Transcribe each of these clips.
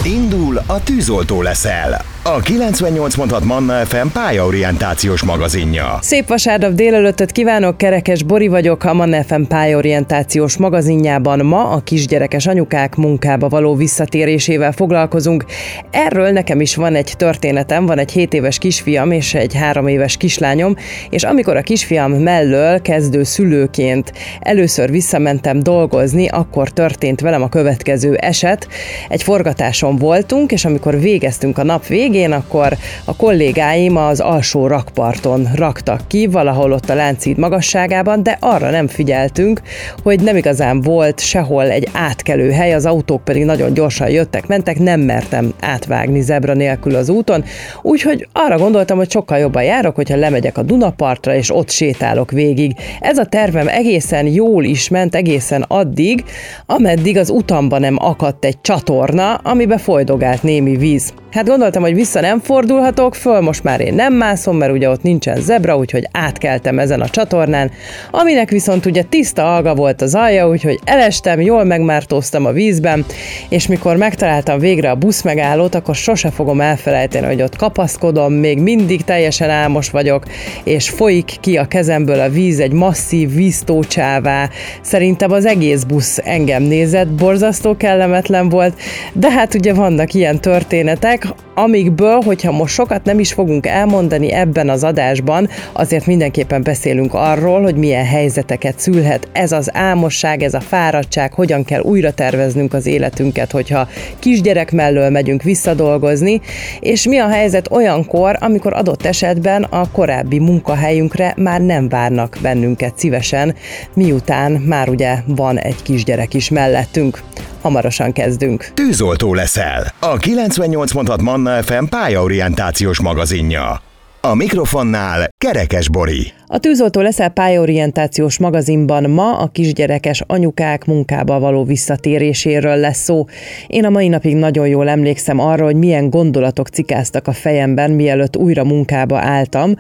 Indul a Tűzoltó leszel, a 98.6 Manna FM pályaorientációs magazinja. Szép vasárnap délelőttöt kívánok, Kerekes Bori vagyok, a Manna FM pályaorientációs magazinjában ma a kisgyerekes anyukák munkába való visszatérésével foglalkozunk. Erről nekem is van egy történetem, van egy 7 éves kisfiam és egy 3 éves kislányom, és amikor a kisfiam mellől kezdő szülőként először visszamentem dolgozni, akkor történt velem a következő eset. Egy forgatáson voltunk, és amikor végeztünk a nap végén, akkor a kollégáim az alsó rakparton raktak ki, valahol ott a Lánchíd magasságában, de arra nem figyeltünk, hogy nem igazán volt sehol egy átkelő hely, az autók pedig nagyon gyorsan jöttek, mentek, nem mertem átvágni zebra nélkül az úton, úgyhogy arra gondoltam, hogy sokkal jobban járok, hogyha lemegyek a Dunapartra, és ott sétálok végig. Ez a tervem egészen jól is ment, egészen addig, ameddig az utamban nem akadt egy csatorna, amibe folydogált némi víz. Hát gondoltam, hogy vissza nem fordulhatok, föl most már én nem mászom, mert ugye ott nincsen zebra, úgyhogy átkeltem ezen a csatornán, aminek viszont ugye tiszta alga volt az alja, úgyhogy elestem, jól megmártóztam a vízben, és mikor megtaláltam végre a buszmegállót, akkor sose fogom elfelejteni, hogy ott kapaszkodom, még mindig teljesen álmos vagyok, és folyik ki a kezemből a víz egy masszív víztócsává. Szerintem az egész busz engem nézett, borzasztó kellemetlen volt, de hát ugye vannak ilyen történetek, amikből, hogyha most sokat nem is fogunk elmondani ebben az adásban, azért mindenképpen beszélünk arról, hogy milyen helyzeteket szülhet ez az álmosság, ez a fáradtság, hogyan kell újra terveznünk az életünket, hogyha kisgyerek mellől megyünk visszadolgozni, és mi a helyzet olyankor, amikor adott esetben a korábbi munkahelyünkre már nem várnak bennünket szívesen, miután már ugye van egy kisgyerek is mellettünk. Hamarosan kezdünk. Tűzoltó leszel, a 98.6 Manna FM pályaorientációs magazinja. A mikrofonnál Kerekes Bori. A Tűzoltó leszel pályaorientációs magazinban ma a kisgyerekes anyukák munkába való visszatéréséről lesz szó. Én a mai napig nagyon jól emlékszem arra, hogy milyen gondolatok cikáztak a fejemben, mielőtt újra munkába álltam.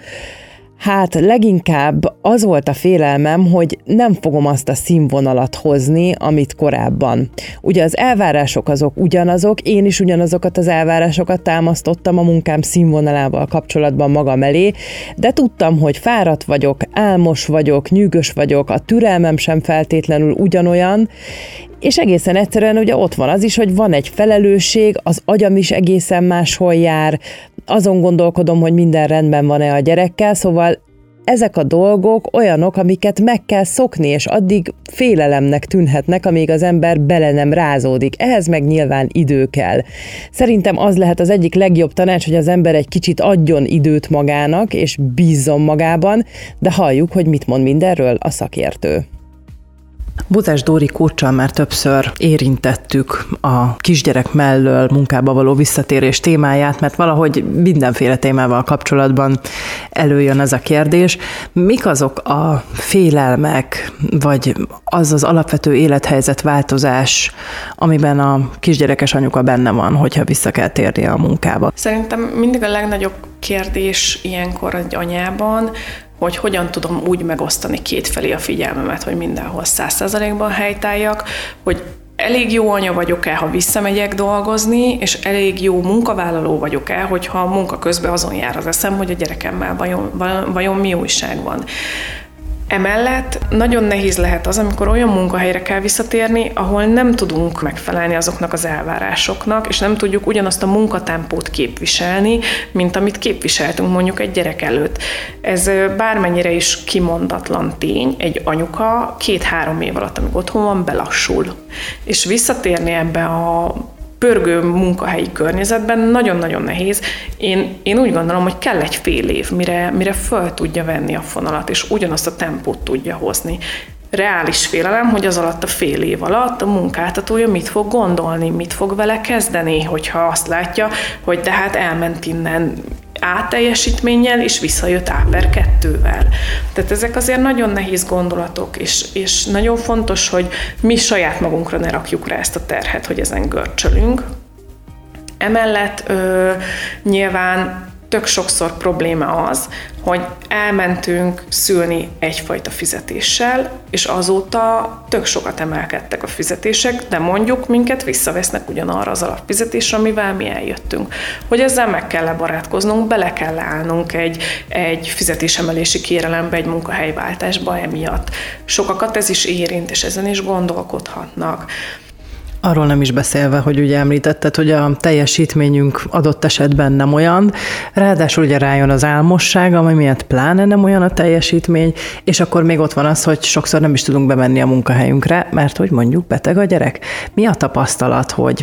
Hát leginkább az volt a félelmem, hogy nem fogom azt a színvonalat hozni, amit korábban. Ugye az elvárások azok ugyanazok, én is ugyanazokat az elvárásokat támasztottam a munkám színvonalával kapcsolatban magam elé, de tudtam, hogy fáradt vagyok, álmos vagyok, nyűgös vagyok, a türelmem sem feltétlenül ugyanolyan, és egészen egyszerűen ugye ott van az is, hogy van egy felelősség, az agyam is egészen máshol jár, azon gondolkodom, hogy minden rendben van-e a gyerekkel, szóval ezek a dolgok olyanok, amiket meg kell szokni, és addig félelemnek tűnhetnek, amíg az ember bele nem rázódik. Ehhez meg nyilván idő kell. Szerintem az lehet az egyik legjobb tanács, hogy az ember egy kicsit adjon időt magának, és bízzon magában, de halljuk, hogy mit mond mindenről a szakértő. Buzás Dóri coachal már többször érintettük a kisgyerek mellől munkába való visszatérés témáját, mert valahogy mindenféle témával kapcsolatban előjön ez a kérdés. Mik azok a félelmek, vagy az az alapvető élethelyzet változás, amiben a kisgyerekes anyuka benne van, hogyha vissza kell térnie a munkába? Szerintem mindig a legnagyobb kérdés ilyenkor egy anyában, hogy hogyan tudom úgy megosztani kétfelé a figyelmemet, hogy mindenhol 100%-ban helytálljak, hogy elég jó anya vagyok-e, ha visszamegyek dolgozni, és elég jó munkavállaló vagyok-e, hogyha a munka közben azon jár az eszem, hogy a gyerekemmel vajon mi újság van. Emellett nagyon nehéz lehet az, amikor olyan munkahelyre kell visszatérni, ahol nem tudunk megfelelni azoknak az elvárásoknak, és nem tudjuk ugyanazt a munkatempót képviselni, mint amit képviseltünk mondjuk egy gyerek előtt. Ez bármennyire is kimondatlan tény, egy anyuka 2-3 év alatt, amíg otthon van, belassul. És visszatérni ebbe a pörgő munkahelyi környezetben nagyon-nagyon nehéz. Én úgy gondolom, hogy kell egy fél év, mire föl tudja venni a fonalat, és ugyanazt a tempót tudja hozni. Reális félelem, hogy az alatt a fél év alatt a munkáltatója mit fog gondolni, mit fog vele kezdeni, hogyha azt látja, hogy tehát elment innen A-teljesítménnyel, és visszajött A/2-vel. Tehát ezek azért nagyon nehéz gondolatok, és nagyon fontos, hogy mi saját magunkra ne rakjuk rá ezt a terhet, hogy ezen görcsölünk. Emellett nyilván tök sokszor probléma az, hogy elmentünk szülni egyfajta fizetéssel, és azóta tök sokat emelkedtek a fizetések, de mondjuk minket visszavesznek ugyanarra az alapfizetésre, amivel mi eljöttünk. Hogy ezzel meg kell barátkoznunk, bele kell állnunk egy fizetésemelési kérelembe, egy munkahelyváltásba emiatt. Sokakat ez is érint, és ezen is gondolkodhatnak. Arról nem is beszélve, hogy ugye említetted, hogy a teljesítményünk adott esetben nem olyan, ráadásul ugye rájön az álmosság, ami miatt pláne nem olyan a teljesítmény, és akkor még ott van az, hogy sokszor nem is tudunk bemenni a munkahelyünkre, mert hogy mondjuk beteg a gyerek. Mi a tapasztalat, hogy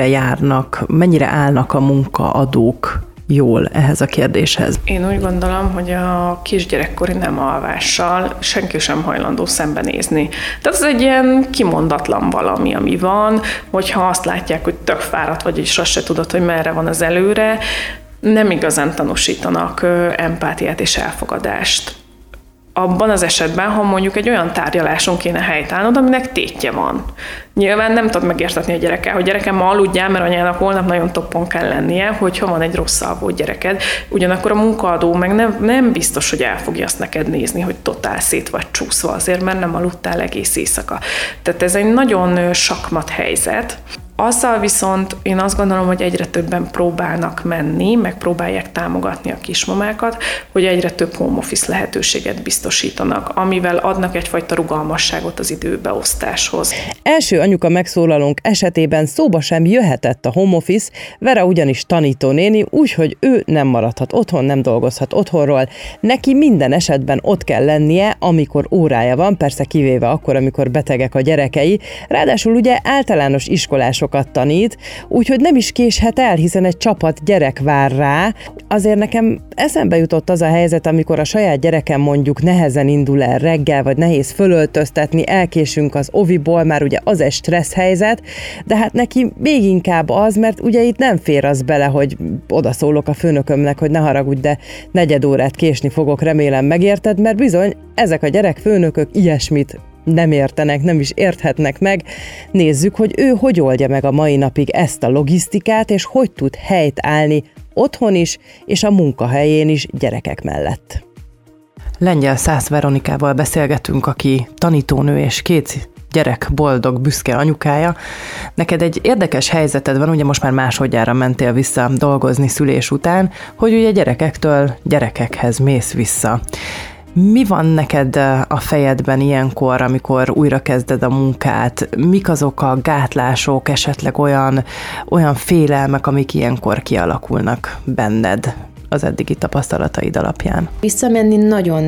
mennyire állnak a munkaadók jól ehhez a kérdéshez? Én úgy gondolom, hogy a kisgyerekkori nem alvással senki sem hajlandó szembenézni. Tehát ez egy ilyen kimondatlan valami, ami van, hogyha azt látják, hogy tök fáradt vagy, és azt se tudod, hogy merre van az előre, nem igazán tanúsítanak empátiát és elfogadást. Abban az esetben, ha mondjuk egy olyan tárgyaláson kéne helytállnod, aminek tétje van. Nyilván nem tudod megértetni a gyerekkel, hogy gyerekem ma aludjál, mert anyának holnap nagyon toppon kell lennie, hogyha van egy rossz alvó gyereked. Ugyanakkor a munkaadó meg nem biztos, hogy el fogja azt neked nézni, hogy totál szét vagy csúszva azért, mert nem aludtál egész éjszaka. Tehát ez egy nagyon sakmat helyzet. Azzal viszont én azt gondolom, hogy egyre többen próbálnak menni, meg próbálják támogatni a kismamákat, hogy egyre több home office lehetőséget biztosítanak, amivel adnak egyfajta rugalmasságot az időbeosztáshoz. Első anyuka megszólalónk esetében szóba sem jöhetett a home office, Vera ugyanis tanítónéni, úgyhogy ő nem maradhat otthon, nem dolgozhat otthonról. Neki minden esetben ott kell lennie, amikor órája van, persze kivéve akkor, amikor betegek a gyerekei. Ráadásul ugye általános iskolások tanít, úgyhogy nem is késhet el, hiszen egy csapat gyerek vár rá. Azért nekem eszembe jutott az a helyzet, amikor a saját gyerekem mondjuk nehezen indul el reggel, vagy nehéz fölöltöztetni, elkésünk az oviból, már ugye az egy stressz helyzet, de hát neki még inkább az, mert ugye itt nem fér az bele, hogy odaszólok a főnökömnek, hogy ne haragudj, de 4 órát késni fogok, remélem megérted, mert bizony ezek a gyerekfőnökök ilyesmit nem értenek, nem is érthetnek meg. Nézzük, hogy ő hogy oldja meg a mai napig ezt a logisztikát, és hogy tud helyt állni otthon is, és a munkahelyén is gyerekek mellett. Lengyel Szász Veronikával beszélgetünk, aki tanítónő és 2 gyerek boldog, büszke anyukája. Neked egy érdekes helyzeted van, ugye most már másodjára mentél vissza dolgozni szülés után, hogy ugye gyerekektől gyerekekhez mész vissza. Mi van neked a fejedben ilyenkor, amikor újra kezded a munkát? Mik azok a gátlások, esetleg olyan félelmek, amik ilyenkor kialakulnak benned az eddigi tapasztalataid alapján? Visszamenni nagyon,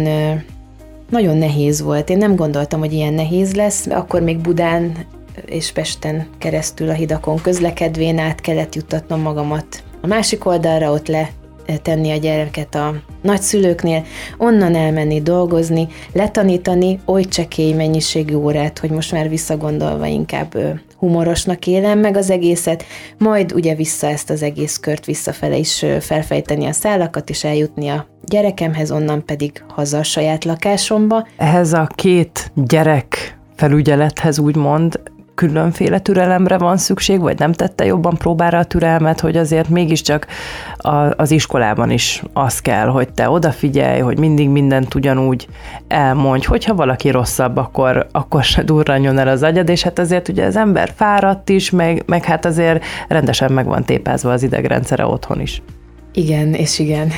nagyon nehéz volt. Én nem gondoltam, hogy ilyen nehéz lesz. Akkor még Budán és Pesten keresztül a hidakon közlekedvén át kellett juttatnom magamat a másik oldalra, ott tenni a gyereket a nagyszülőknél, onnan elmenni dolgozni, letanítani oly csekély mennyiségű órát, hogy most már visszagondolva inkább humorosnak élem meg az egészet, majd ugye vissza ezt az egész kört visszafele is felfejteni a szálakat, és eljutni a gyerekemhez, onnan pedig haza a saját lakásomba. Ehhez a 2 gyerek felügyelethez úgymond különféle türelemre van szükség, vagy nem tette jobban próbára a türelmet, hogy azért mégiscsak az iskolában is az kell, hogy te odafigyelj, hogy mindig mindent ugyanúgy elmondj, hogyha valaki rosszabb, akkor se durranjon el az agyad, és hát azért ugye az ember fáradt is, meg hát azért rendesen meg van tépázva az idegrendszere otthon is. Igen, és igen.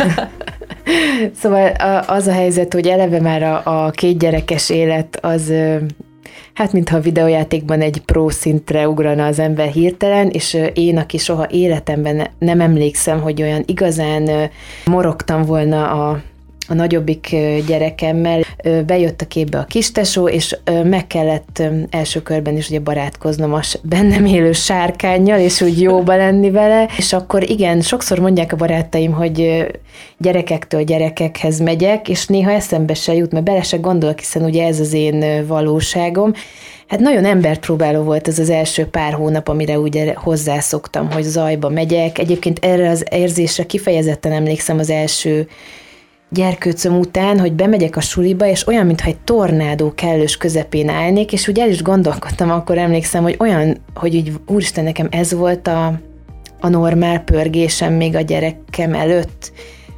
Szóval az a helyzet, hogy eleve már a 2 gyerekes élet az... Hát, mintha a videójátékban egy pro szintre ugrana az ember hirtelen, és én, aki soha életemben nem emlékszem, hogy olyan igazán morogtam volna a nagyobbik gyerekemmel, bejött a képbe a kistesó, és meg kellett első körben is ugye barátkoznom a bennem élő sárkánnyal, és úgy jóba lenni vele, és akkor igen, sokszor mondják a barátaim, hogy gyerekektől gyerekekhez megyek, és néha eszembe se jut, mert bele se gondolok, hiszen ugye ez az én valóságom. Hát nagyon emberpróbáló volt ez az első pár hónap, amire ugye hozzászoktam, hogy zajba megyek. Egyébként erre az érzésre kifejezetten emlékszem az első gyerkőcöm után, hogy bemegyek a suliba, és olyan, mintha egy tornádó kellős közepén állnék, és úgy el is gondolkodtam, akkor emlékszem, hogy olyan, hogy így úristen, nekem ez volt a normál pörgésem még a gyerekem előtt.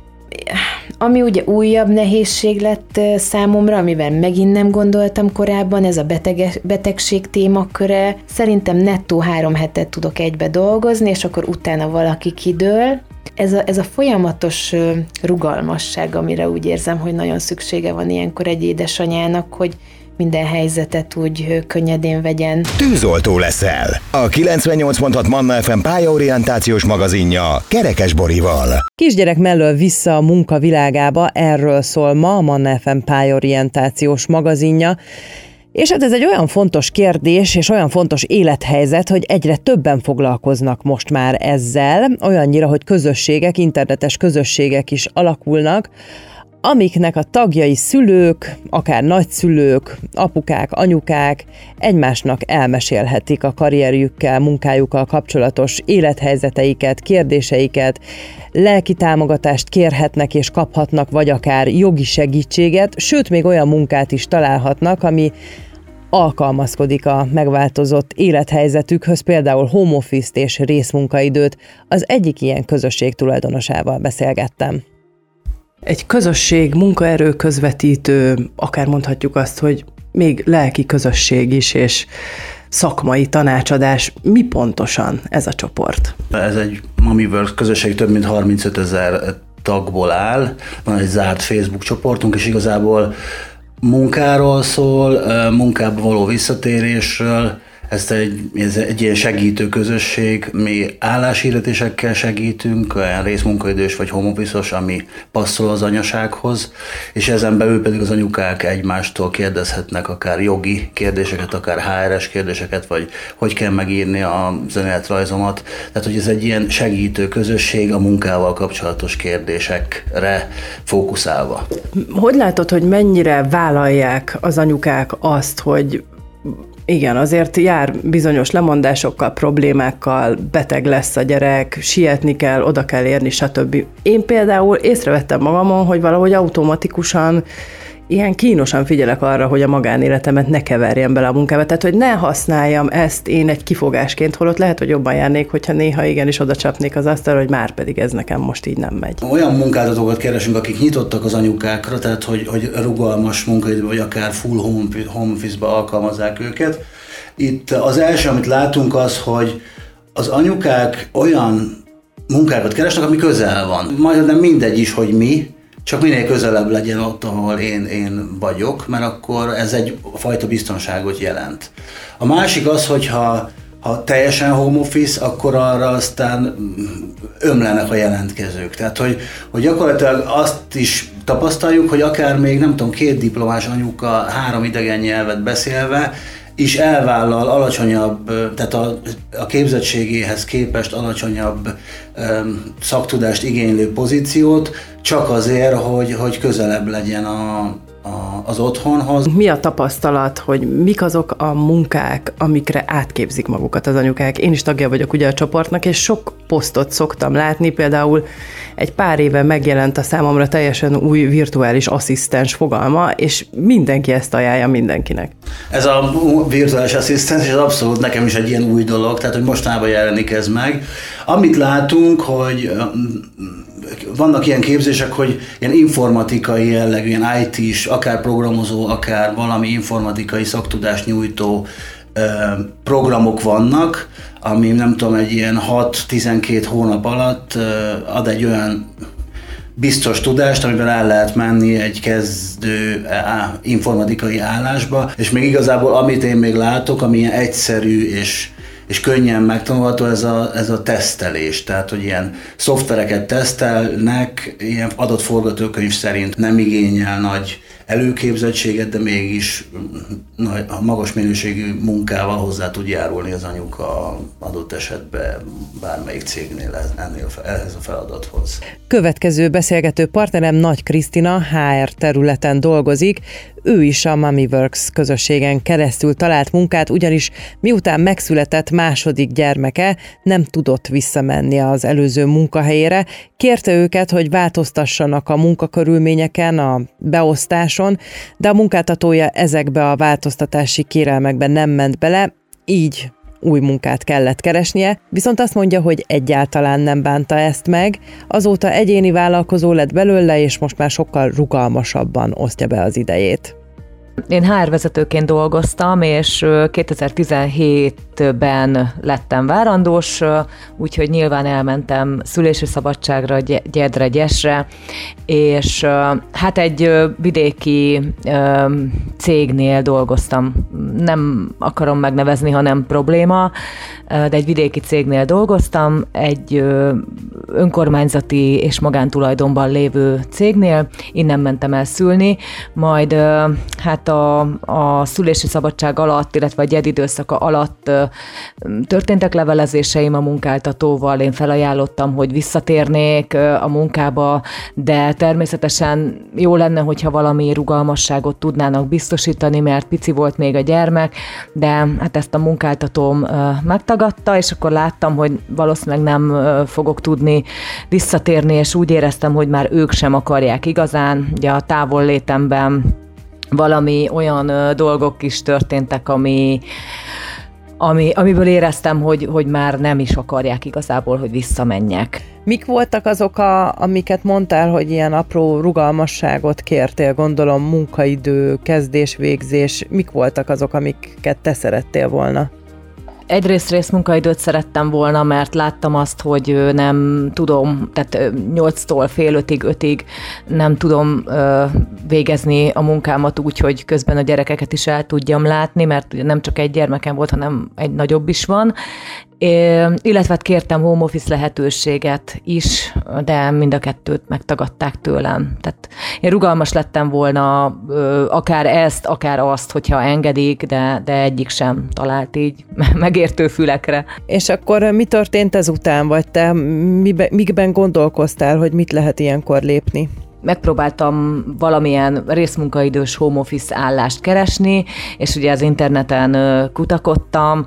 Ami ugye újabb nehézség lett számomra, amivel megint nem gondoltam korábban, ez a betegség témaköre. Szerintem nettó 3 hetet tudok egybe dolgozni, és akkor utána valaki kidől. Ez a folyamatos rugalmasság, amire úgy érzem, hogy nagyon szüksége van ilyenkor egy édesanyának, hogy minden helyzetet úgy könnyedén vegyen. Tűzoltó leszel. A 98.6 Manna FM pályaorientációs magazinja Kerekes Borival. Kisgyerek mellől vissza a munka világába, erről szól ma a Manna FM pályaorientációs magazinja. És hát ez egy olyan fontos kérdés, és olyan fontos élethelyzet, hogy egyre többen foglalkoznak most már ezzel, olyannyira, hogy közösségek, internetes közösségek is alakulnak, amiknek a tagjai szülők, akár nagyszülők, apukák, anyukák egymásnak elmesélhetik a karrierjükkel, munkájukkal kapcsolatos élethelyzeteiket, kérdéseiket, lelki támogatást kérhetnek és kaphatnak, vagy akár jogi segítséget, sőt, még olyan munkát is találhatnak, ami alkalmazkodik a megváltozott élethelyzetükhöz, például home office-t és részmunkaidőt. Az egyik ilyen közösség tulajdonosával beszélgettem. Egy közösség, munkaerő közvetítő, akár mondhatjuk azt, hogy még lelki közösség is, és szakmai tanácsadás. Mi pontosan ez a csoport? Ez egy Mamiworks közösség, több mint 35 000 tagból áll. Van egy zárt Facebook csoportunk, és igazából munkáról szól, munkába való visszatérésről. Ez egy ilyen segítő közösség, mi álláshirdetésekkel segítünk, olyan részmunkaidős vagy home office-os, ami passzol az anyasághoz, és ezen belül pedig az anyukák egymástól kérdezhetnek akár jogi kérdéseket, akár HR-es kérdéseket, vagy hogy kell megírni az önéletrajzomat. Tehát, hogy ez egy ilyen segítő közösség a munkával kapcsolatos kérdésekre fókuszálva. Hogy látod, hogy mennyire vállalják az anyukák azt, hogy igen, azért jár bizonyos lemondásokkal, problémákkal, beteg lesz a gyerek, sietni kell, oda kell érni, stb. Én például észrevettem magamon, hogy valahogy automatikusan ilyen kínosan figyelek arra, hogy a magánéletemet ne keverjem bele a munkába, tehát hogy ne használjam ezt én egy kifogásként, holott lehet, hogy jobban járnék, hogyha néha igenis oda csapnék az asztalra, hogy már pedig ez nekem most így nem megy. Olyan munkáltatókat keresünk, akik nyitottak az anyukákra, tehát hogy rugalmas munkaidőben, vagy akár full home office-ba alkalmazzák őket. Itt az első, amit látunk az, hogy az anyukák olyan munkákat keresnek, ami közel van. Majdnem mindegy is, hogy mi, csak minél közelebb legyen ott, ahol én vagyok, mert akkor ez egy fajta biztonságot jelent. A másik az, hogy ha teljesen home office, akkor arra aztán ömlenek a jelentkezők. Tehát, hogy gyakorlatilag azt is tapasztaljuk, hogy akár még nem tudom, 2 diplomás anyuka 3 idegen nyelvet beszélve is elvállal alacsonyabb, tehát a képzettségéhez képest alacsonyabb szaktudást igénylő pozíciót, csak azért, hogy közelebb legyen az otthonhoz. Mi a tapasztalat, hogy mik azok a munkák, amikre átképzik magukat az anyukák? Én is tagja vagyok ugye a csoportnak, és sok posztot szoktam látni, például egy pár éve megjelent a számomra teljesen új virtuális asszisztens fogalma, és mindenki ezt ajánlja mindenkinek. Ez a virtuális asszisztens, ez abszolút nekem is egy ilyen új dolog, tehát hogy mostanában jelenik ez meg. Amit látunk, hogy vannak ilyen képzések, hogy ilyen informatikai jellegű, ilyen IT-s, akár programozó, akár valami informatikai szaktudást nyújtó programok vannak, ami nem tudom, egy ilyen 6-12 hónap alatt ad egy olyan biztos tudást, amiben el lehet menni egy kezdő informatikai állásba, és még igazából amit én még látok, ami ilyen egyszerű és könnyen megtanulható, ez a tesztelés. Tehát, hogy ilyen szoftvereket tesztelnek, ilyen adott forgatókönyv szerint nem igényel nagy előképzettséget, de mégis magas minőségű munkával hozzá tud járulni az anyuka adott esetben bármelyik cégnél ehhez a feladathoz. Következő beszélgető partnerem Nagy Krisztina HR területen dolgozik, ő is a Mamiworks közösségen keresztül talált munkát, ugyanis miután megszületett második gyermeke, nem tudott visszamenni az előző munkahelyére. Kérte őket, hogy változtassanak a munkakörülményeken, a beosztáson, de a munkáltatója ezekbe a változtatási kérelmekben nem ment bele, így új munkát kellett keresnie, viszont azt mondja, hogy egyáltalán nem bánta ezt meg, azóta egyéni vállalkozó lett belőle, és most már sokkal rugalmasabban osztja be az idejét. Én HR vezetőként dolgoztam, és 2017-ben lettem várandós, úgyhogy nyilván elmentem szülési szabadságra, Gyedre, Gyesre, és hát egy vidéki cégnél dolgoztam. Nem akarom megnevezni, ha nem probléma, de egy vidéki cégnél dolgoztam, egy önkormányzati és magántulajdonban lévő cégnél, innen mentem el szülni, majd hát a szülési szabadság alatt, illetve a gyed időszaka alatt történtek levelezéseim a munkáltatóval, én felajánlottam, hogy visszatérnék a munkába, de természetesen jó lenne, hogyha valami rugalmasságot tudnának biztosítani, mert pici volt még a gyermek, de hát ezt a munkáltatóm megtagadta, és akkor láttam, hogy valószínűleg nem fogok tudni visszatérni, és úgy éreztem, hogy már ők sem akarják igazán. Ugye a távollétemben valami olyan dolgok is történtek, amiből éreztem, hogy már nem is akarják igazából, hogy visszamenjek. Mik voltak azok, amiket mondtál, hogy ilyen apró rugalmasságot kértél, gondolom munkaidő, kezdés-végzés, mik voltak azok, amiket te szerettél volna? Egyrészt részmunkaidőt szerettem volna, mert láttam azt, hogy nem tudom, tehát 8-tól fél 5-ig nem tudom végezni a munkámat úgy, hogy közben a gyerekeket is el tudjam látni, mert ugye nem csak egy gyermekem volt, hanem egy nagyobb is van. Illetve kértem home office lehetőséget is, de mind a kettőt megtagadták tőlem. Tehát én rugalmas lettem volna, akár ezt, akár azt, hogyha engedik, de egyik sem talált így megértő fülekre. És akkor mi történt ezután, vagy te mikben gondolkoztál, hogy mit lehet ilyenkor lépni? Megpróbáltam valamilyen részmunkaidős home office állást keresni, és ugye az interneten kutakodtam,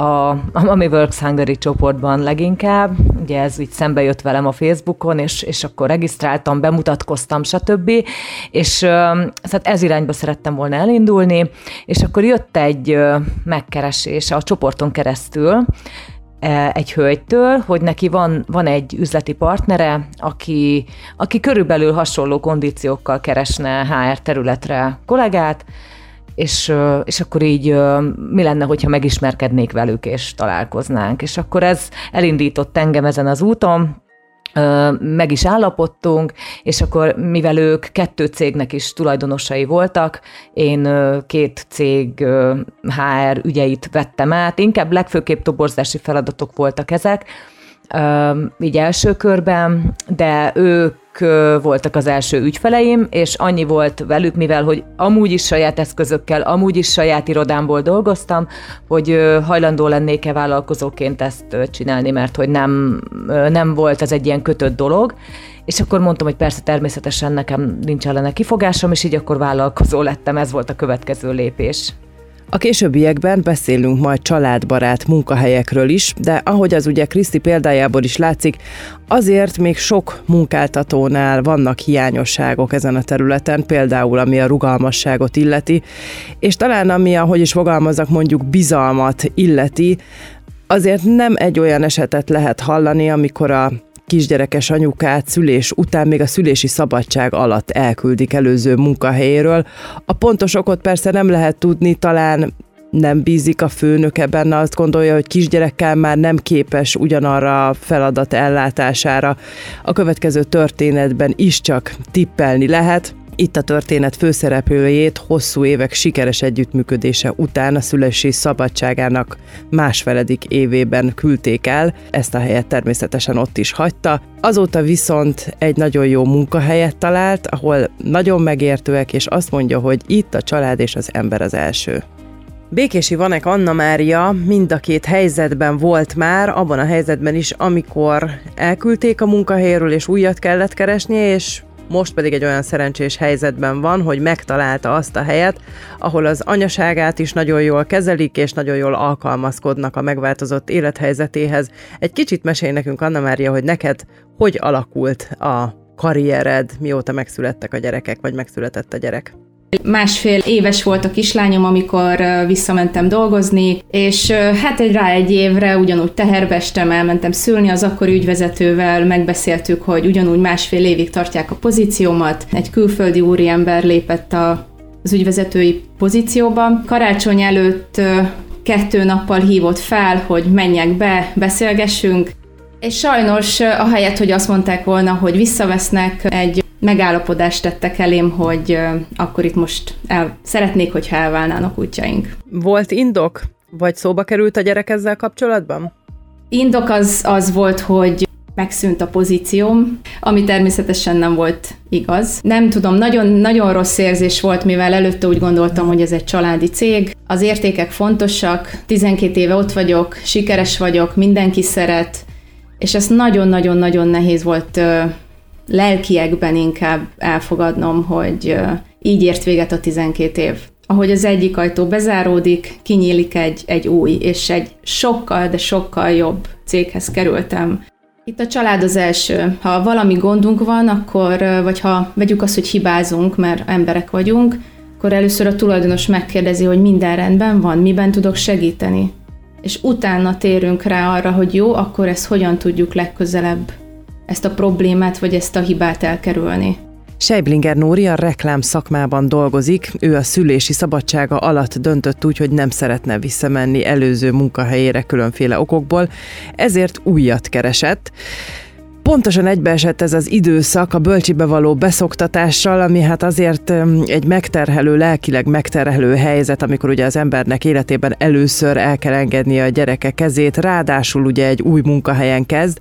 a Mi Works Hungary csoportban leginkább, ugye ez így szembe jött velem a Facebookon, és akkor regisztráltam, bemutatkoztam, stb. És ez irányba szerettem volna elindulni, és akkor jött egy megkeresés a csoporton keresztül, egy hölgytől, hogy neki van egy üzleti partnere, aki körülbelül hasonló kondíciókkal keresne HR területre kollégát, és akkor így mi lenne, hogyha megismerkednék velük, és találkoznánk. És akkor ez elindított engem ezen az úton, meg is állapodtunk, és akkor mivel ők 2 cégnek is tulajdonosai voltak, én 2 cég HR ügyeit vettem át, inkább legfőképp toborzási feladatok voltak ezek, így első körben, de ők voltak az első ügyfeleim, és annyi volt velük, mivel hogy amúgy is saját eszközökkel, amúgy is saját irodámból dolgoztam, hogy hajlandó lennék-e vállalkozóként ezt csinálni, mert hogy nem volt ez egy ilyen kötött dolog, és akkor mondtam, hogy persze természetesen nekem nincs ellene kifogásom, és így akkor vállalkozó lettem, ez volt a következő lépés. A későbbiekben beszélünk majd családbarát munkahelyekről is, de ahogy az ugye Kriszti példájából is látszik, azért még sok munkáltatónál vannak hiányosságok ezen a területen, például ami a rugalmasságot illeti, és talán ami, ahogy is fogalmazzak, mondjuk bizalmat illeti, azért nem egy olyan esetet lehet hallani, amikor a kisgyerekes anyukát szülés után még a szülési szabadság alatt elküldik előző munkahelyéről. A pontos okot persze nem lehet tudni, talán nem bízik a főnöke benne, azt gondolja, hogy kisgyerekkel már nem képes ugyanarra a feladat ellátására. A következő történetben is csak tippelni lehet. Itt a történet főszereplőjét hosszú évek sikeres együttműködése után a szülési szabadságának másfeledik évében küldték el, ezt a helyet természetesen ott is hagyta. Azóta viszont egy nagyon jó munkahelyet talált, ahol nagyon megértőek, és azt mondja, hogy itt a család és az ember az első. Békési Vanek Anna Mária mind a 2 helyzetben volt már, abban a helyzetben is, amikor elküldték a munkahelyről és újat kellett keresnie, és most pedig egy olyan szerencsés helyzetben van, hogy megtalálta azt a helyet, ahol az anyaságát is nagyon jól kezelik, és nagyon jól alkalmazkodnak a megváltozott élethelyzetéhez. Egy kicsit mesélj nekünk, Anna Mária, hogy neked hogy alakult a karriered, mióta megszülettek a gyerekek, vagy megszületett a gyerek? 1,5 éves volt a kislányom, amikor visszamentem dolgozni, és hát egy évre ugyanúgy teherbe estem, elmentem szülni, az akkori ügyvezetővel megbeszéltük, hogy ugyanúgy 1,5 évig tartják a pozíciómat. Egy külföldi úriember lépett az ügyvezetői pozícióba. Karácsony előtt 2 nappal hívott fel, hogy menjek be, beszélgessünk, és sajnos ahelyett, hogy azt mondták volna, hogy visszavesznek, egy megállapodást tettek elém, hogy akkor itt most szeretnék, hogyha elválnának útjaink. Volt indok? Vagy szóba került a gyerek ezzel kapcsolatban? Indok az volt, hogy megszűnt a pozícióm, ami természetesen nem volt igaz. Nem tudom, nagyon rossz érzés volt, mivel előtte úgy gondoltam, hogy ez egy családi cég. Az értékek fontosak, 12 éve ott vagyok, sikeres vagyok, mindenki szeret, és ez nagyon-nagyon-nagyon nehéz volt lelkiekben inkább elfogadnom, hogy így ért véget a 12 év. Ahogy az egyik ajtó bezáródik, kinyílik egy új, és egy sokkal, de sokkal jobb céghez kerültem. Itt a család az első. Ha valami gondunk van, vagy ha vegyük azt, hogy hibázunk, mert emberek vagyunk, akkor először a tulajdonos megkérdezi, hogy minden rendben van, miben tudok segíteni. És utána térünk rá arra, hogy jó, akkor ezt hogyan tudjuk legközelebb ezt a problémát, vagy ezt a hibát elkerülni. Seiblinger Nóri a reklám szakmában dolgozik, ő a szülési szabadsága alatt döntött úgy, hogy nem szeretne visszamenni előző munkahelyére különféle okokból, ezért újat keresett. Pontosan egybeesett ez az időszak a bölcsibe való beszoktatással, ami hát azért egy lelkileg megterhelő helyzet, amikor ugye az embernek életében először el kell engednie a gyereke kezét, ráadásul ugye egy új munkahelyen kezd.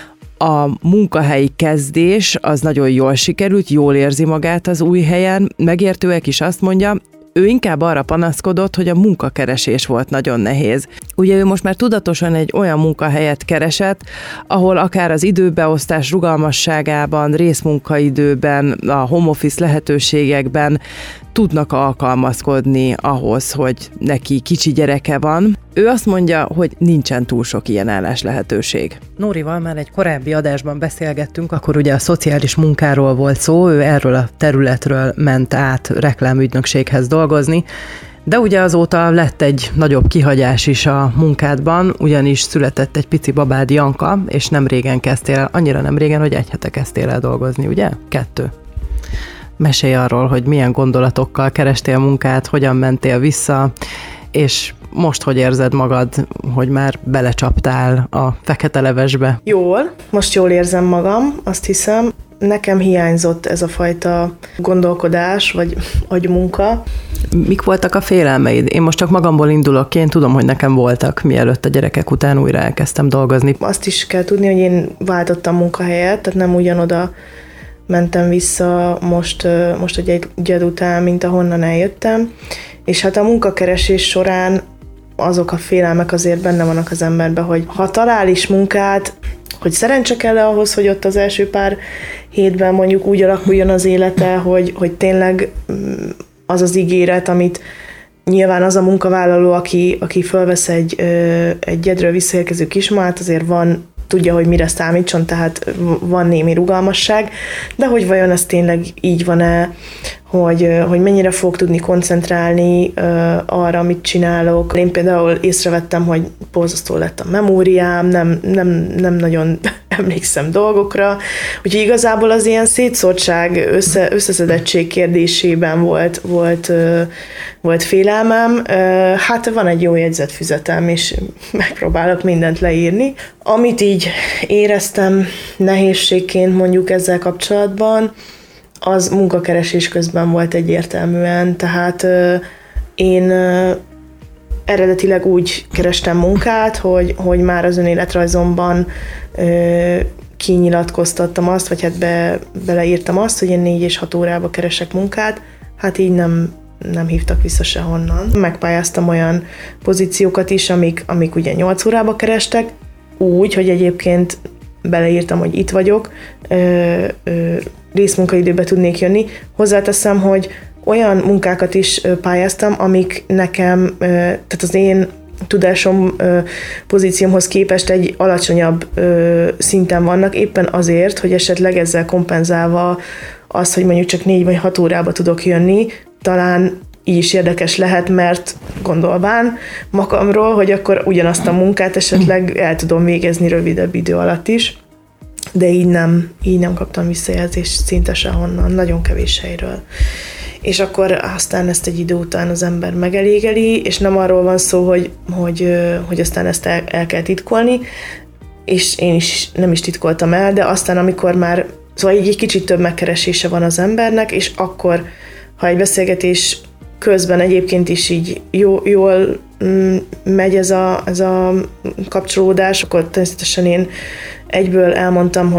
A munkahelyi kezdés az nagyon jól sikerült, jól érzi magát az új helyen, megértőek is azt mondja, ő inkább arra panaszkodott, hogy a munkakeresés volt nagyon nehéz. Ugye ő most már tudatosan egy olyan munkahelyet keresett, ahol akár az időbeosztás rugalmasságában, részmunkaidőben, a home office lehetőségekben tudnak alkalmazkodni ahhoz, hogy neki kicsi gyereke van. Ő azt mondja, hogy nincsen túl sok ilyen állás lehetőség. Nórival már egy korábbi adásban beszélgettünk, akkor ugye a szociális munkáról volt szó, ő erről a területről ment át reklámügynökséghez dolgozni, de ugye azóta lett egy nagyobb kihagyás is a munkádban, ugyanis született egy pici babád, Janka, és nem régen kezdtél el, annyira nem régen, hogy 1 hete kezdtél el dolgozni, ugye? 2. Mesélj arról, hogy milyen gondolatokkal kerestél munkát, hogyan mentél vissza, és most hogy érzed magad, hogy már belecsaptál a fekete levesbe? Jól, most jól érzem magam, azt hiszem. Nekem hiányzott ez a fajta gondolkodás, vagy agymunka. Mik voltak a félelmeid? Én most csak magamból indulok ki, én tudom, hogy nekem voltak, mielőtt a gyerekek után újra elkezdtem dolgozni. Azt is kell tudni, hogy én váltottam munkahelyet, tehát nem ugyanoda mentem vissza most egy gyed után, mint ahonnan eljöttem, és hát a munkakeresés során azok a félelmek azért benne vannak az emberben, hogy ha talál is munkát, hogy szerencse kell ahhoz, hogy ott az első pár hétben mondjuk úgy alakuljon az élete, hogy tényleg az az ígéret, amit nyilván az a munkavállaló, aki felvesz egy gyedről visszaérkező kismát, azért tudja, hogy mire számítson, tehát van némi rugalmasság, de hogy vajon ez tényleg így van-e, hogy mennyire fog tudni koncentrálni arra, amit csinálok. Én például észrevettem, hogy borzasztó lett a memóriám, nem nagyon emlékszem dolgokra, úgyhogy igazából az ilyen szétszórtság, összeszedettség kérdésében volt félelmem. Hát van egy jó jegyzetfüzetem, és megpróbálok mindent leírni. Amit így éreztem nehézségként mondjuk ezzel kapcsolatban, az munkakeresés közben volt egyértelműen, tehát én eredetileg úgy kerestem munkát, hogy már az önéletrajzomban kinyilatkoztattam azt, vagy hát beleírtam azt, hogy én 4 és 6 órába keresek munkát, hát így nem hívtak vissza sehonnan. Megpályáztam olyan pozíciókat is, amik ugye 8 órába kerestek, úgy, hogy egyébként beleírtam, hogy itt vagyok, részmunkaidőbe tudnék jönni. Hozzáteszem, hogy olyan munkákat is pályáztam, amik nekem, tehát az én tudásom pozíciómhoz képest egy alacsonyabb szinten vannak, éppen azért, hogy esetleg ezzel kompenzálva az, hogy mondjuk csak 4 vagy 6 órába tudok jönni, talán így is érdekes lehet, mert gondolván magamról, hogy akkor ugyanazt a munkát esetleg el tudom végezni rövidebb idő alatt is, de így nem kaptam visszajelzést szinte sehonnan, nagyon kevés helyről. És akkor aztán ezt egy idő után az ember megelégeli, és nem arról van szó, hogy aztán ezt el kell titkolni, és én is nem is titkoltam el, de aztán amikor már, szóval így egy kicsit több megkeresése van az embernek, és akkor, ha egy beszélgetés közben egyébként is így jól megy ez a kapcsolódás, akkor természetesen én egyből elmondtam,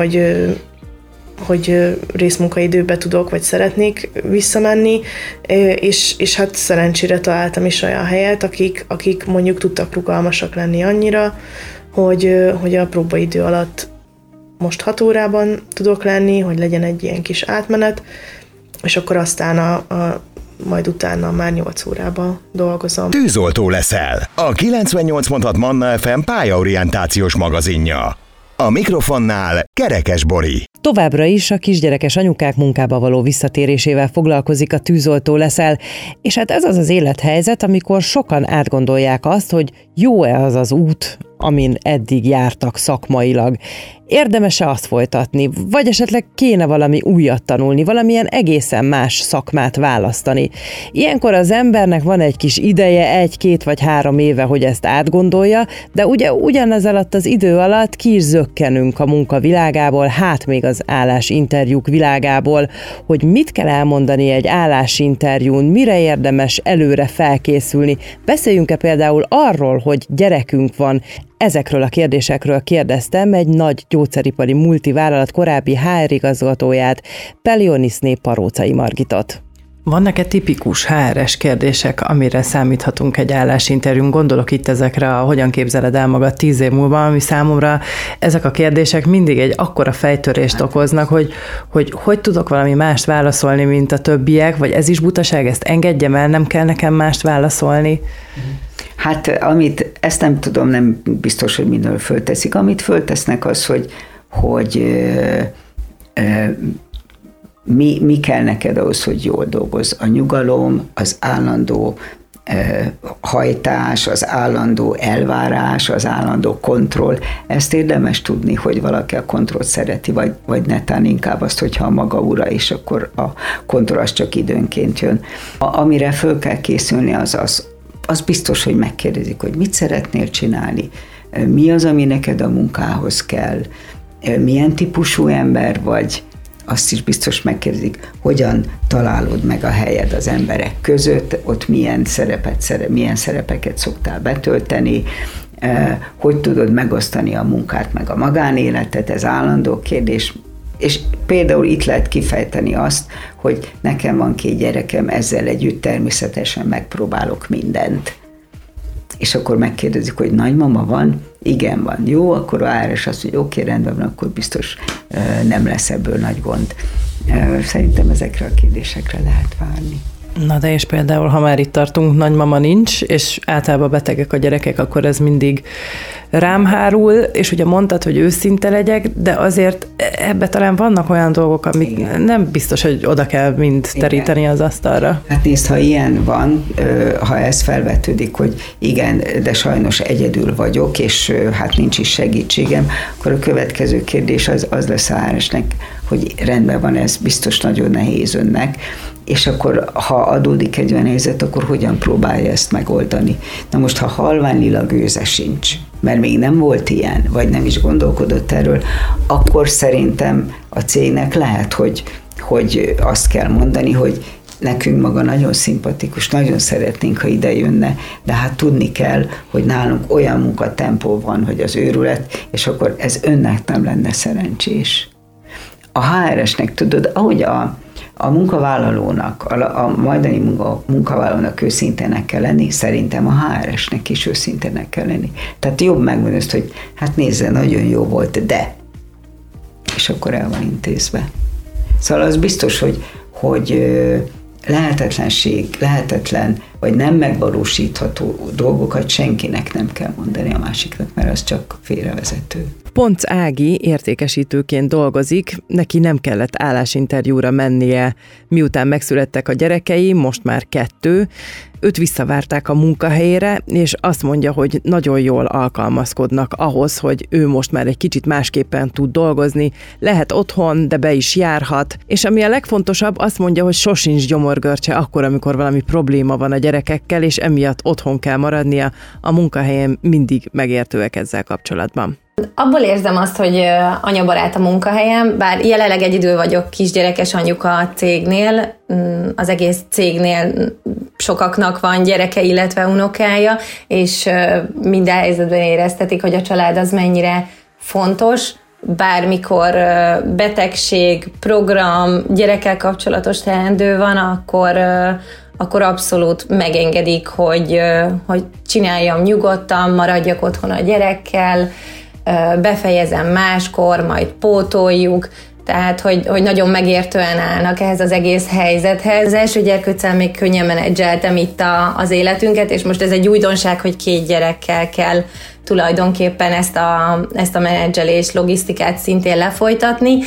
hogy részmunkaidőbe tudok, vagy szeretnék visszamenni, és hát szerencsére találtam is olyan helyet, akik mondjuk tudtak rugalmasak lenni annyira, hogy a próbaidő alatt most 6 órában tudok lenni, hogy legyen egy ilyen kis átmenet, és akkor aztán majd utána már 8 órában dolgozom. Tűzoltó leszel, a 98.6 Manna FM pályaorientációs magazinja. A mikrofonnál Kerekes Bori. Továbbra is a kisgyerekes anyukák munkába való visszatérésével foglalkozik a Tűzoltó leszel, és hát ez az az élethelyzet, amikor sokan átgondolják azt, hogy jó-e az az út, amin eddig jártak szakmailag. Érdemes-e azt folytatni, vagy esetleg kéne valami újat tanulni, valamilyen egészen más szakmát választani. Ilyenkor az embernek van egy kis ideje, 1, 2 vagy 3 éve, hogy ezt átgondolja, de ugye ugyanez alatt az idő alatt ki is zökkenünk a munka világából, hát még az állásinterjúk világából, hogy mit kell elmondani egy állásinterjún, mire érdemes előre felkészülni. Beszéljünk-e például arról, hogy gyerekünk van? Ezekről a kérdésekről kérdeztem egy nagy gyógyszeripari multivállalat korábbi HR igazgatóját, Pelionisné Parócai Margitot. Vannak-e tipikus HR-es kérdések, amire számíthatunk egy állásinterjún? Gondolok itt ezekre a hogyan képzeled el magad 10 év múlva, ami számomra ezek a kérdések mindig egy akkora fejtörést okoznak, hogy tudok valami mást válaszolni, mint a többiek, vagy ez is butaság, ezt engedjem el, nem kell nekem mást válaszolni? Hát ezt nem tudom, nem biztos, hogy mindenről fölteszik. Amit föltesznek az, hogy mi kell neked ahhoz, hogy jól dolgozz. A nyugalom, az állandó hajtás, az állandó elvárás, az állandó kontroll. Ezt érdemes tudni, hogy valaki a kontrollt szereti, vagy netán inkább azt, hogyha a maga ura, és akkor a kontroll az csak időnként jön. Amire föl kell készülni, az biztos, hogy megkérdezik, hogy mit szeretnél csinálni, mi az, ami neked a munkához kell, milyen típusú ember vagy, azt is biztos megkérdezik, hogyan találod meg a helyed az emberek között, ott milyen szerepeket szoktál betölteni, hogy tudod megosztani a munkát meg a magánéletet, ez állandó kérdés. És például itt lehet kifejteni azt, hogy nekem van 2 gyerekem, ezzel együtt természetesen megpróbálok mindent. És akkor megkérdezik, hogy nagymama van? Igen, van. Jó, akkor a HRS azt mondja, oké, rendben van, akkor biztos nem lesz ebből nagy gond. Szerintem ezekre a kérdésekre lehet várni. Na de és például, ha már itt tartunk, nagymama nincs, és általában betegek a gyerekek, akkor ez mindig rám hárul, és ugye mondtad, hogy őszinte legyek, de azért ebbe talán vannak olyan dolgok, amik nem biztos, hogy oda kell mind teríteni az asztalra. Hát nézd, ha ilyen van, ha ez felvetődik, hogy igen, de sajnos egyedül vagyok, és hát nincs is segítségem, akkor a következő kérdés az lesz a HRS-nek, hogy rendben van, ez biztos nagyon nehéz önnek, és akkor, ha adódik egy olyan helyzet, akkor hogyan próbálja ezt megoldani? Na most, ha halványilag gőze sincs, mert még nem volt ilyen, vagy nem is gondolkodott erről, akkor szerintem a cégnek lehet, hogy azt kell mondani, hogy nekünk maga nagyon szimpatikus, nagyon szeretnénk, ha ide jönne, de hát tudni kell, hogy nálunk olyan munkatempó van, hogy az őrület, és akkor ez önnek nem lenne szerencsés. A HRS-nek tudod, ahogy a munkavállalónak, a majdani munkavállalónak őszintének kell lenni, szerintem a HRS-nek is őszintének kell lenni. Tehát jobb megmondani azt, hogy hát nézze, nagyon jó volt, de. És akkor el van intézve. Szóval az biztos, hogy lehetetlen vagy nem megvalósítható dolgokat senkinek nem kell mondani a másiknak, mert az csak félrevezető. Ponc Ági értékesítőként dolgozik, neki nem kellett állásinterjúra mennie. Miután megszülettek a gyerekei, most már 2, őt visszavárták a munkahelyére, és azt mondja, hogy nagyon jól alkalmazkodnak ahhoz, hogy ő most már egy kicsit másképpen tud dolgozni, lehet otthon, de be is járhat, és ami a legfontosabb, azt mondja, hogy sosincs gyomorgörcse akkor, amikor valami probléma van a gyerekekkel, és emiatt otthon kell maradnia, a munkahelyen mindig megértőek ezzel kapcsolatban. Abból érzem azt, hogy anyabarát a munkahelyem, bár jelenleg egyedül vagyok kisgyerekes anyuka a cégnél, az egész cégnél sokaknak van gyereke, illetve unokája, és minden helyzetben éreztetik, hogy a család az mennyire fontos, bármikor betegség, program, gyerekkel kapcsolatos teendő van, akkor abszolút megengedik, hogy csináljam nyugodtan, maradjak otthon a gyerekkel, befejezem máskor, majd pótoljuk, tehát, hogy nagyon megértően állnak ehhez az egész helyzethez. Az első gyerkőccel még könnyen menedzseltem itt az életünket, és most ez egy újdonság, hogy 2 gyerekkel kell tulajdonképpen ezt a menedzselés, logisztikát szintén lefolytatni,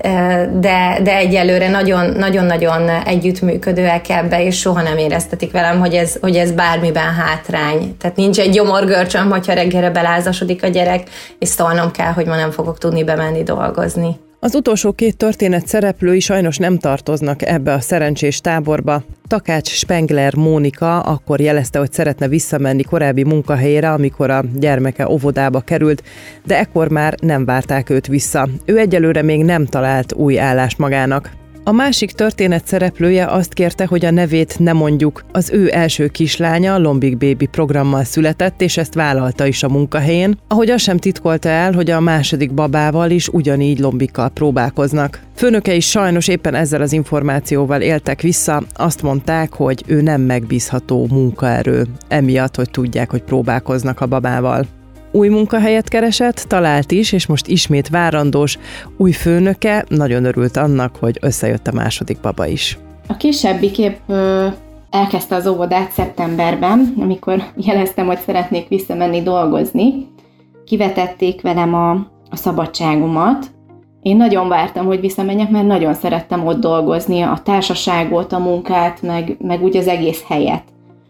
de egyelőre nagyon-nagyon együttműködőek ebbe, és soha nem éreztetik velem, hogy ez bármiben hátrány. Tehát nincs egy gyomorgörcsöm, hogyha reggelre belázasodik a gyerek, és szólnom kell, hogy ma nem fogok tudni bemenni dolgozni. Az utolsó 2 történet szereplői sajnos nem tartoznak ebbe a szerencsés táborba. Takács Spengler Mónika akkor jelezte, hogy szeretne visszamenni korábbi munkahelyére, amikor a gyermeke óvodába került, de ekkor már nem várták őt vissza. Ő egyelőre még nem talált új állást magának. A másik történet szereplője azt kérte, hogy a nevét ne mondjuk. Az ő első kislánya Lombik Baby programmal született, és ezt vállalta is a munkahelyén, ahogy azt sem titkolta el, hogy a második babával is ugyanígy Lombikkal próbálkoznak. Főnöke is sajnos éppen ezzel az információval éltek vissza, azt mondták, hogy ő nem megbízható munkaerő, emiatt, hogy tudják, hogy próbálkoznak a babával. Új munkahelyet keresett, talált is, és most ismét várandós. Új főnöke nagyon örült annak, hogy összejött a második baba is. A kisebbik épp elkezdte az óvodát szeptemberben, amikor jeleztem, hogy szeretnék visszamenni dolgozni. Kivetették velem a szabadságomat. Én nagyon vártam, hogy visszamenjek, mert nagyon szerettem ott dolgozni, a társaságot, a munkát, meg úgy az egész helyet.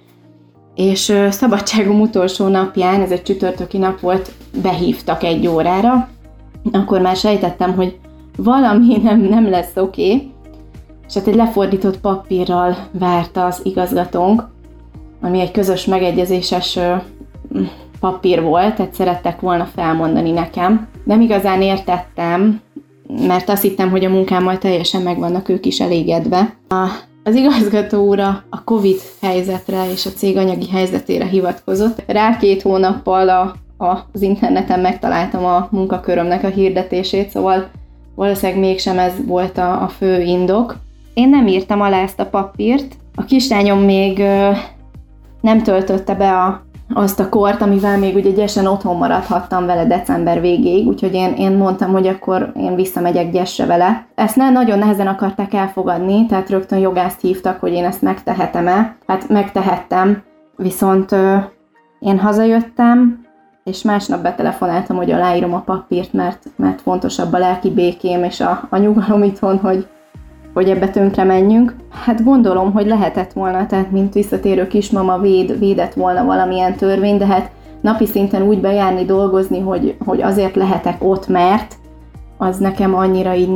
És szabadságom utolsó napján, ez egy csütörtöki nap volt, behívtak 1 órára, akkor már sejtettem, hogy valami nem lesz oké, és hát egy lefordított papírral várta az igazgatónk, ami egy közös megegyezéses papír volt, tehát szerettek volna felmondani nekem. Nem igazán értettem, mert azt hittem, hogy a munkámmal teljesen meg vannak ők is elégedve. Az igazgató úr a Covid helyzetre és a cég anyagi helyzetére hivatkozott. Rá 2 hónappal az interneten megtaláltam a munkakörömnek a hirdetését, szóval valószínűleg mégsem ez volt a fő indok. Én nem írtam alá ezt a papírt. A kislányom még nem töltötte be azt a kort, amivel még ugye gyesen otthon maradhattam vele december végéig, úgyhogy én mondtam, hogy akkor én visszamegyek Gyesre vele. Ezt nagyon nehezen akarták elfogadni, tehát rögtön jogászt hívtak, hogy én ezt megtehetem-e. Hát megtehettem, viszont én hazajöttem, és másnap betelefonáltam, hogy aláírom a papírt, mert fontosabb a lelki békém és a nyugalom itthon, hogy ebbe tönkre menjünk. Hát gondolom, hogy lehetett volna, tehát mint visszatérő kismama védett volna valamilyen törvény, de hát napi szinten úgy bejárni, dolgozni, hogy azért lehetek ott, mert az nekem annyira így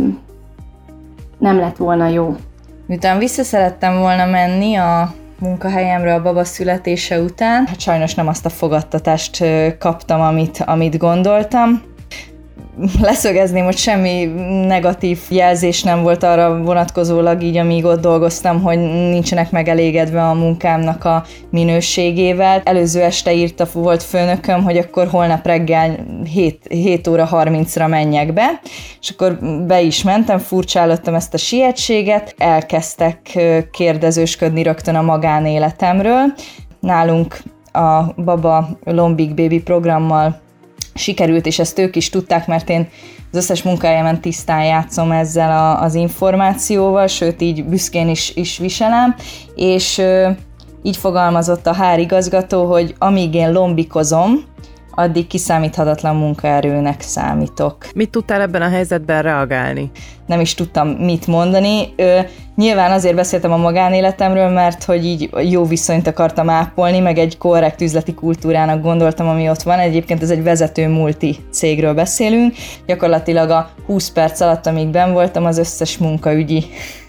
nem lett volna jó. Miután vissza szerettem volna menni a munkahelyemre a baba születése után, hát sajnos nem azt a fogadtatást kaptam, amit gondoltam. Leszögezném, hogy semmi negatív jelzés nem volt arra vonatkozólag így, amíg ott dolgoztam, hogy nincsenek megelégedve a munkámnak a minőségével. Előző este volt főnököm, hogy akkor holnap reggel 7 óra 30-ra menjek be, és akkor be is mentem, furcsálottam ezt a sietséget, elkezdtek kérdezősködni rögtön a magánéletemről. Nálunk a Baba Lombik Baby programmal sikerült, és ezt ők is tudták, mert én az összes munkahelyemen tisztán játszom ezzel az információval, sőt így büszkén is viselem, és így fogalmazott a HR igazgató, hogy amíg én lombikozom, addig kiszámíthatatlan munkaerőnek számítok. Mit tudtál ebben a helyzetben reagálni? Nem is tudtam mit mondani. Nyilván azért beszéltem a magánéletemről, mert hogy így jó viszonyt akartam ápolni, meg egy korrekt üzleti kultúrának gondoltam, ami ott van. Egyébként ez egy vezető multi cégről beszélünk. Gyakorlatilag a 20 perc alatt, amíg benn voltam, az összes munkaügyi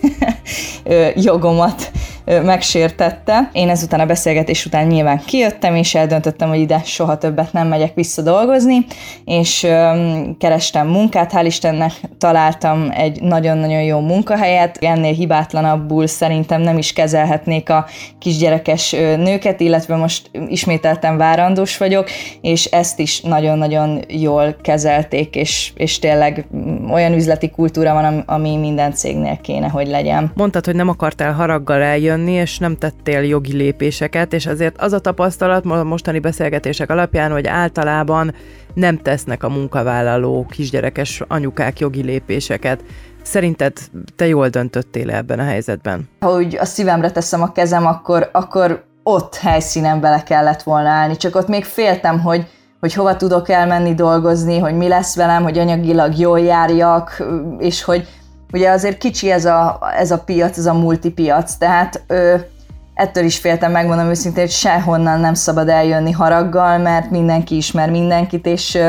jogomat megsértette. Én ezután a beszélgetés után nyilván kijöttem, és eldöntöttem, hogy ide soha többet nem megyek vissza dolgozni, és kerestem munkát, hál' Istennek találtam egy nagyon-nagyon jó munkahelyet. Ennél hibátlanabbul szerintem nem is kezelhetnék a kisgyerekes nőket, illetve most ismételten várandós vagyok, és ezt is nagyon-nagyon jól kezelték, és tényleg olyan üzleti kultúra van, ami minden cégnél kéne, hogy legyen. Mondtad, hogy nem akartál haraggal eljönni, és nem tettél jogi lépéseket, és azért az a tapasztalat a mostani beszélgetések alapján, hogy általában nem tesznek a munkavállalók, kisgyerekes anyukák jogi lépéseket. Szerinted te jól döntöttél ebben a helyzetben? Ha úgy a szívemre teszem a kezem, akkor ott helyszínen bele kellett volna állni. Csak ott még féltem, hogy hova tudok elmenni dolgozni, hogy mi lesz velem, hogy anyagilag jól járjak, és hogy ugye azért kicsi ez a piac, ez a multipiac, tehát ettől is féltem, megmondom őszintén, hogy sehonnan nem szabad eljönni haraggal, mert mindenki ismer mindenkit,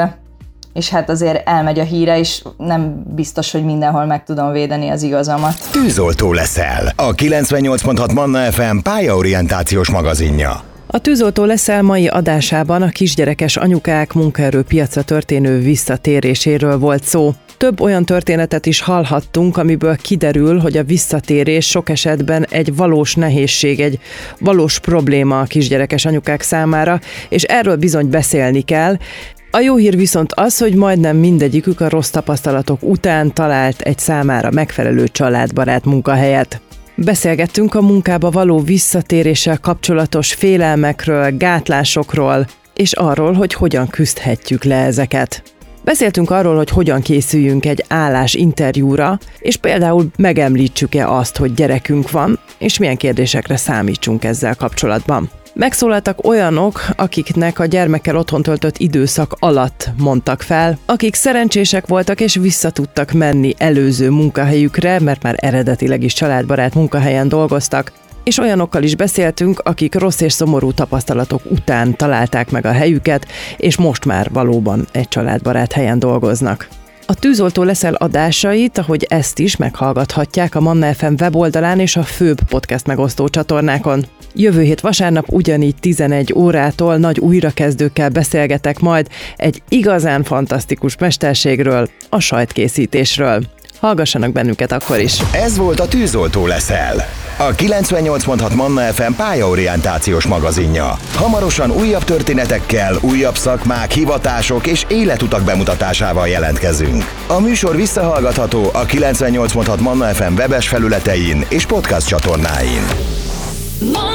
és hát azért elmegy a híre, és nem biztos, hogy mindenhol meg tudom védeni az igazamat. Tűzoltó leszel, a 98.6 Manna FM pályaorientációs magazinja. A Tűzoltó leszel mai adásában a kisgyerekes anyukák munkaerőpiacra történő visszatéréséről volt szó. Több olyan történetet is hallhattunk, amiből kiderül, hogy a visszatérés sok esetben egy valós nehézség, egy valós probléma a kisgyerekes anyukák számára, és erről bizony beszélni kell. A jó hír viszont az, hogy majdnem mindegyikük a rossz tapasztalatok után talált egy számára megfelelő családbarát munkahelyet. Beszélgettünk a munkába való visszatéréssel kapcsolatos félelmekről, gátlásokról, és arról, hogy hogyan küzdhetjük le ezeket. Beszéltünk arról, hogy hogyan készüljünk egy állásinterjúra, és például megemlítsük-e azt, hogy gyerekünk van, és milyen kérdésekre számítsunk ezzel kapcsolatban. Megszólaltak olyanok, akiknek a gyermekkel otthon töltött időszak alatt mondtak fel, akik szerencsések voltak és vissza tudtak menni előző munkahelyükre, mert már eredetileg is családbarát munkahelyen dolgoztak, és olyanokkal is beszéltünk, akik rossz és szomorú tapasztalatok után találták meg a helyüket, és most már valóban egy családbarát helyen dolgoznak. A Tűzoltó leszel adásait, ahogy ezt is meghallgathatják a Manna FM weboldalán és a főbb podcast megosztó csatornákon. Jövő hét vasárnap ugyanígy 11 órától nagy újrakezdőkkel beszélgetek majd egy igazán fantasztikus mesterségről, a sajtkészítésről. Hallgassanak bennünket akkor is! Ez volt a Tűzoltó leszel, a 98.6 Manna FM pályaorientációs magazinja. Hamarosan újabb történetekkel, újabb szakmák, hivatások és életutak bemutatásával jelentkezünk. A műsor visszahallgatható a 98.6 Manna FM webes felületein és podcast csatornáin.